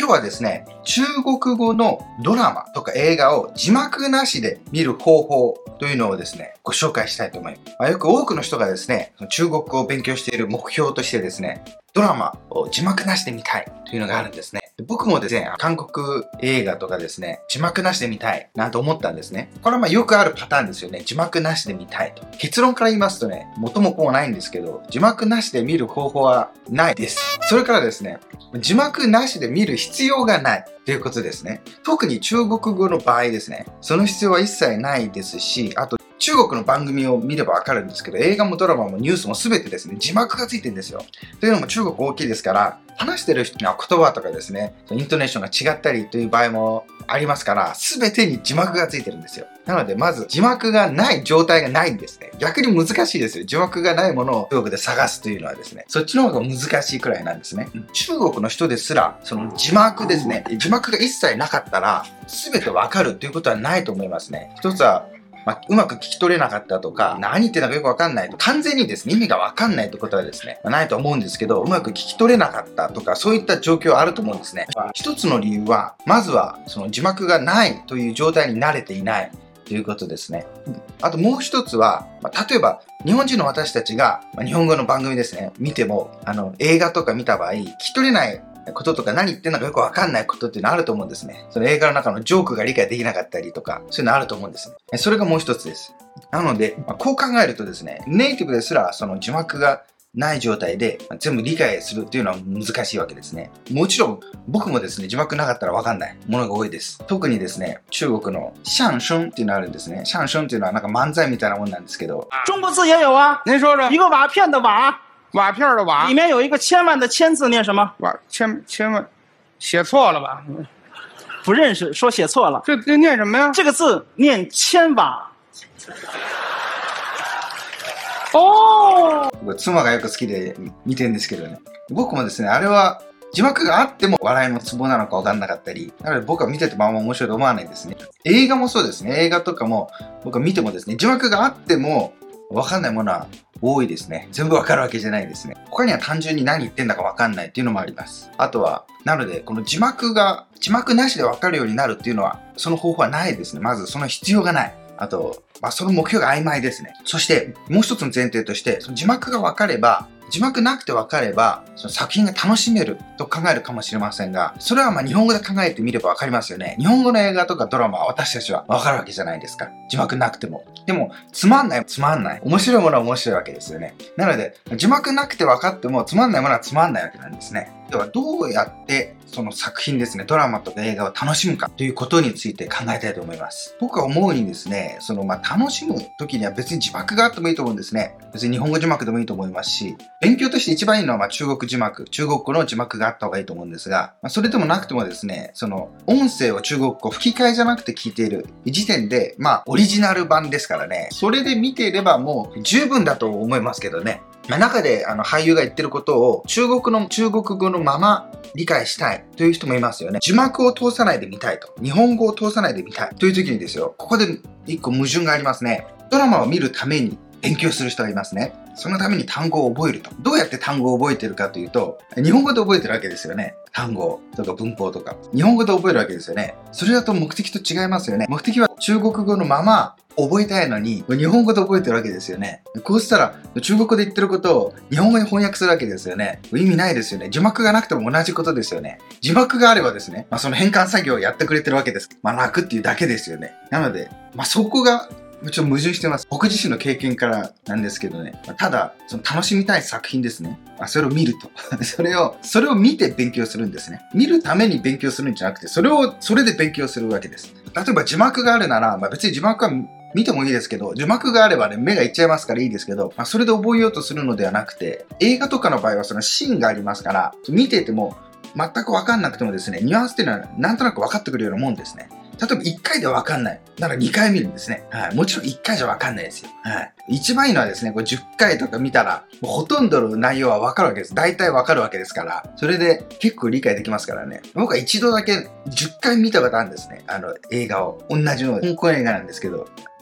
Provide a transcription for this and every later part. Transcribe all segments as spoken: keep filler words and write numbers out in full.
今日はですね、中国語のドラマとか映画を字幕なしで見る方法というのをですね、ご紹介したいと思います。まあ、よく多くの人がですね、中国語を勉強している目標としてですね、ドラマを字幕なしで見たいというのがあるんですね。僕もですね、韓国映画とかですね、字幕なしで見たいなんて思ったんですね。これはまあよくあるパターンですよね。字幕なしで見たいと。結論から言いますとね、元も子もないんですけど、字幕なしで見る方法はないです。それからですね、字幕なしで見る必要がないということですね。特に中国語の場合ですね、その必要は一切ないですし、あと中国の番組を見ればわかるんですけど、映画もドラマもニュースも全てですね、字幕がついてるんですよ。というのも中国大きいですから、話してる人の言葉とかですね、イントネーションが違ったりという場合もありますから、全てに字幕がついてるんですよ。なので、まず字幕がない状態がないんですね。逆に難しいですよ。字幕がないものを中国で探すというのはですね、そっちの方が難しいくらいなんですね。中国の人ですら、その字幕ですね、字幕が一切なかったら、全てわかるということはないと思いますね。一つは、まあ、うまく聞き取れなかったとか、何言ってるのかよくわかんないと、完全にですね、意味がわかんないということはですね、まあ、ないと思うんですけど、うまく聞き取れなかったとか、そういった状況はあると思うんですね。一つの理由は、まずは、その字幕がないという状態に慣れていないということですね。あともう一つは、まあ、例えば、日本人の私たちが、まあ、日本語の番組ですね、見ても、あの、映画とか見た場合、聞き取れないこととか何言ってんのかよくわかんないことっていうのあると思うんですね。その映画の中のジョークが理解できなかったりとか、そういうのあると思うんですね。それがもう一つです。なので、まあ、こう考えるとですね、ネイティブですらその字幕がない状態で全部理解するっていうのは難しいわけですね。もちろん僕もですね、字幕なかったらわかんないものが多いです。特にですね、中国の相声っていうのがあるんですね。相声っていうのはなんか漫才みたいなもんなんですけど。 中国字也有啊。 您说说， 一个瓦片的瓦， 瓦片的瓦里，面有一个千万的千字，念什么？ 瓦千千万，写错了吧？ 不认识，说写错了。 这这念什么呀？ 这个字念千瓦。 哦， 妻がよく好きで見てるんですけどね。僕もですね、あれは字幕があっても笑いのツボなのか分かんなかったり、なので僕は見ててもあんま面白いと思わないんですね。映画もそうですね。映画とかも僕は見てもですね、字幕があっても分かんないものは多いですね。全部分かるわけじゃないですね。他には単純に何言ってんだか分かんないっていうのもあります。あとは、なのでこの字幕が、字幕なしで分かるようになるっていうのは、その方法はないですね。まずその必要がない。あと、まあ、その目標が曖昧ですね。そして、もう一つの前提として、その字幕が分かれば、字幕なくて分かれば、その作品が楽しめると考えるかもしれませんが、それはまあ日本語で考えてみれば分かりますよね。日本語の映画とかドラマは私たちは分かるわけじゃないですか。字幕なくても。でも、つまんない、つまんない。面白いものは面白いわけですよね。なので、字幕なくて分かっても、つまんないものはつまんないわけなんですね。では、どうやってその作品ですね、ドラマとか映画を楽しむかということについて考えたいと思います。僕は思うにですね、そのまあ楽しむ時には別に字幕があってもいいと思うんですね。別に日本語字幕でもいいと思いますし、勉強として一番いいのはまあ中国字幕、中国語の字幕があった方がいいと思うんですが、まあ、それでもなくてもですね、その音声を中国語吹き替えじゃなくて聞いている時点で、まあオリジナル版ですからね、それで見ていればもう十分だと思いますけどね。まあ、中であの俳優が言ってることを中国の中国語のまま理解したいという人もいますよね。字幕を通さないで見たいと。日本語を通さないで見たいという時にですよ。ここで一個矛盾がありますね。ドラマを見るために勉強する人がいますね。そのために単語を覚えると。どうやって単語を覚えてるかというと、日本語で覚えてるわけですよね。単語とか文法とか。日本語で覚えるわけですよね。それだと目的と違いますよね。目的は中国語のまま覚えたいのに、日本語で覚えてるわけですよね。こうしたら、中国で言ってることを日本語に翻訳するわけですよね。意味ないですよね。字幕がなくても同じことですよね。字幕があればですね、まあ、その変換作業をやってくれてるわけです。まあ、楽っていうだけですよね。なので、まあ、そこが、ちょっと矛盾してます。僕自身の経験からなんですけどね。ただ、その楽しみたい作品ですね。それを見ると。それを、それを見て勉強するんですね。見るために勉強するんじゃなくて、それを、それで勉強するわけです。例えば字幕があるなら、まあ、別に字幕は見てもいいですけど、字幕があればね、目がいっちゃいますからいいですけど、まあ、それで覚えようとするのではなくて、映画とかの場合はそのシーンがありますから、見ていても全くわかんなくてもですね、ニュアンスっていうのはなんとなく分かってくるようなもんですね。例えばいっかいでわかんない。ならにかい見るんですね。はい。もちろんいっかいじゃわかんないですよ。はい。一番いいのはですね、これじゅっかいとか見たら、もうほとんどの内容はわかるわけです。大体わかるわけですから、それで結構理解できますからね。僕は一度だけじゅっかい見たことあるんですね。あの、映画を。同じの、香港映画なんですけど、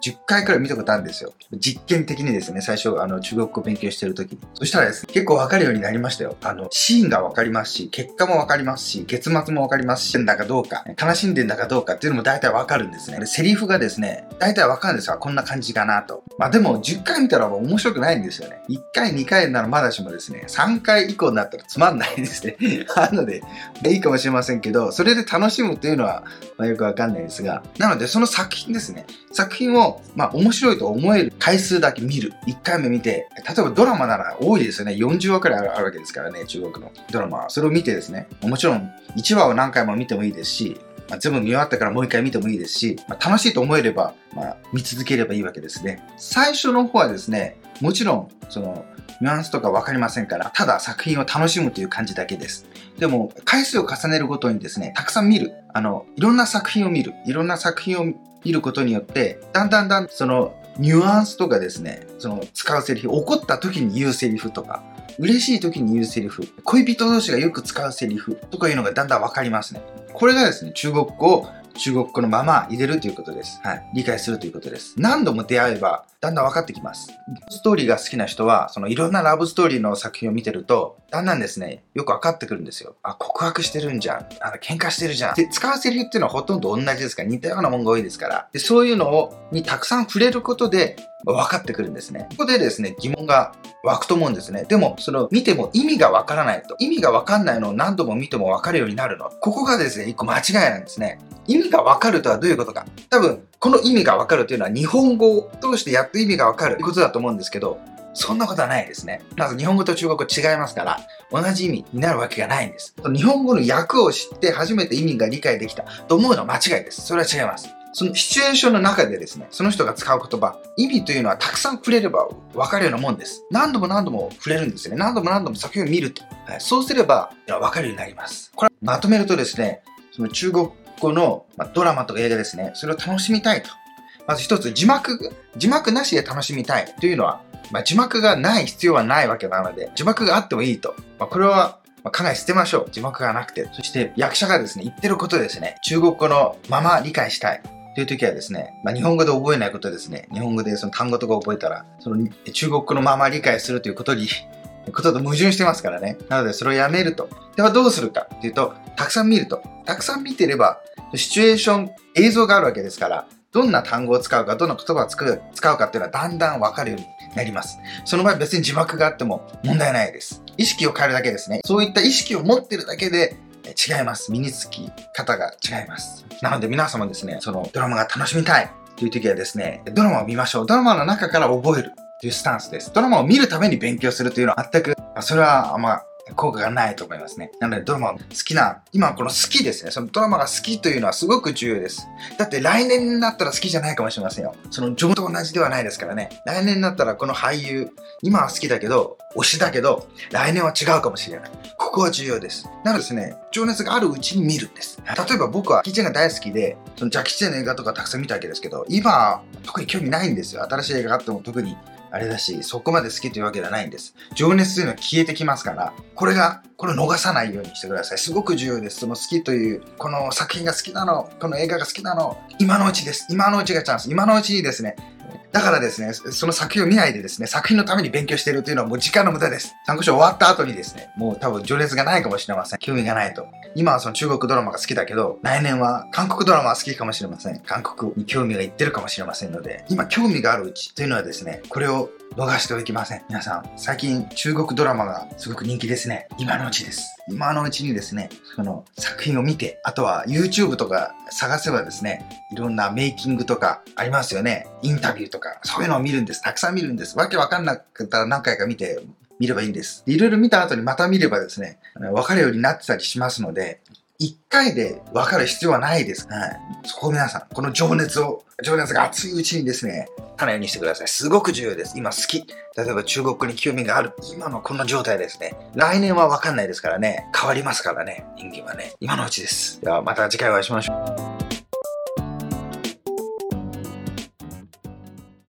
じゅっかいくらい見たことあるんですよ。実験的にですね、最初、あの、中国語を勉強してる時に。そしたらですね、結構わかるようになりましたよ。あの、シーンがわかりますし、結果もわかりますし、結末もわかりますし、んだかどうか、悲しんでんだかどうかっていうのも大体わかるんですね。セリフがですね、大体わかるんですよ。こんな感じかなと。まあでも、じゅっかい見たらもう面白くないんですよね。いっかい、にかいならまだしもですね、さんかい以降になったらつまんないですね。なので、いいかもしれませんけど、それで楽しむっていうのは、まあ、よくわかんないですが、なので、その作品ですね。作品を、まあ、面白いと思える回数だけ見る。いっかいめ見て、例えばドラマなら多いですよね。よんじゅうわくらいあるわけですからね、中国のドラマは。それを見てですね、もちろんいちわを何回も見てもいいですし、まあ、全部見終わったからもう一回見てもいいですし、まあ、楽しいと思えれば、まあ、見続ければいいわけですね。最初の方はですね、もちろん、その、ニュアンスとかわかりませんから、ただ作品を楽しむという感じだけです。でも、回数を重ねるごとにですね、たくさん見る。あの、いろんな作品を見る。いろんな作品を見ることによって、だんだんだん、その、ニュアンスとかですね、その、使うセリフ、怒った時に言うセリフとか、嬉しい時に言うセリフ、恋人同士がよく使うセリフとかいうのがだんだんわかりますね。これがですね、中国語を中国語のまま入れるということです。はい。理解するということです。何度も出会えば、だんだん分かってきます。ストーリーが好きな人は、そのいろんなラブストーリーの作品を見てると、だんだんですね、よく分かってくるんですよ。あ、告白してるんじゃん。あの、喧嘩してるじゃん。で、使うセリフっていうのはほとんど同じですから、似たようなもんが多いですから。で、そういうのを、にたくさん触れることで、分かってくるんですね。ここでですね、疑問が湧くと思うんですね。でも、その、見ても意味が分からないと。意味が分かんないのを何度も見ても分かるようになるの。ここがですね、一個間違いなんですね。意味が分かるとはどういうことか。多分、この意味が分かるというのは日本語を通してやっと意味が分かるということだと思うんですけど、そんなことはないですね。まず日本語と中国語違いますから、同じ意味になるわけがないんです。日本語の訳を知って初めて意味が理解できたと思うのは間違いです。それは違います。そのシチュエーションの中でですね、その人が使う言葉、意味というのはたくさん触れれば分かるようなもんです。何度も何度も触れるんですよね。何度も何度も作品を見ると。はい、そうすれば分かるようになります。これまとめるとですね、その中国語のドラマとか映画ですね、それを楽しみたいと。まず一つ、字幕、字幕なしで楽しみたいというのは、まあ、字幕がない必要はないわけなので、字幕があってもいいと。まあ、これは、まあ、考え捨てましょう。字幕がなくて。そして役者がですね、言ってることですね、中国語のまま理解したい。という時はですね、まあ、日本語で覚えないことですね、日本語でその単語とか覚えたら、その中国語のまま理解するということに、ことと矛盾してますからね。なので、それをやめると。ではどうするかっていうと、たくさん見ると。たくさん見てれば、シチュエーション、映像があるわけですから、どんな単語を使うか、どんな言葉を使う使うかっていうのはだんだんわかるようになります。その場合別に字幕があっても問題ないです。意識を変えるだけですね。そういった意識を持ってるだけで違います。身につき方が違います。なので皆様ですね、そのドラマが楽しみたいという時はですね、ドラマを見ましょう。ドラマの中から覚えるというスタンスです。ドラマを見るために勉強するというのは全く、それはあんま効果がないと思いますね。なのでドラマ好きな、今この好きですね。そのドラマが好きというのはすごく重要です。だって来年になったら好きじゃないかもしれませんよ。その自分と同じではないですからね。来年になったらこの俳優、今は好きだけど、推しだけど、来年は違うかもしれない。ここは重要です。なのでですね、情熱があるうちに見るんです。例えば僕はジャッキー・チェンが大好きで、そのジャッキー・チェンの映画とかたくさん見たわけですけど、今、特に興味ないんですよ。新しい映画があっても特に。あれだし、そこまで好きというわけではないんです。情熱というのは消えてきますから、これが、これを逃さないようにしてください。すごく重要です。その好きという、この作品が好きなの、この映画が好きなの、今のうちです。今のうちがチャンス。今のうちにですね、だからですね、その作品を見ないでですね、作品のために勉強しているというのはもう時間の無駄です。参考書終わった後にですね、もう多分情熱がないかもしれません。興味がないと。今はその中国ドラマが好きだけど、来年は韓国ドラマが好きかもしれません。韓国に興味がいってるかもしれませんので、今興味があるうちというのはですね、これを逃しておきません。皆さん、最近中国ドラマがすごく人気ですね。今のうちです。今のうちにですね、その作品を見て、あとは YouTube とか探せばですね、いろんなメイキングとかありますよね。インタビューとか、そういうのを見るんです。たくさん見るんです。わけわかんなかったら何回か見て、見ればいいんです。いろいろ見た後にまた見ればですね、わかるようになってたりしますので、一回で分かる必要はないです。はい。そこを皆さん、この情熱を、情熱が熱いうちにですね、種ようにしてください。すごく重要です。今好き。例えば中国に興味がある。今のこの状態ですね。来年は分かんないですからね。変わりますからね。人間はね。今のうちです。ではまた次回お会いしましょう。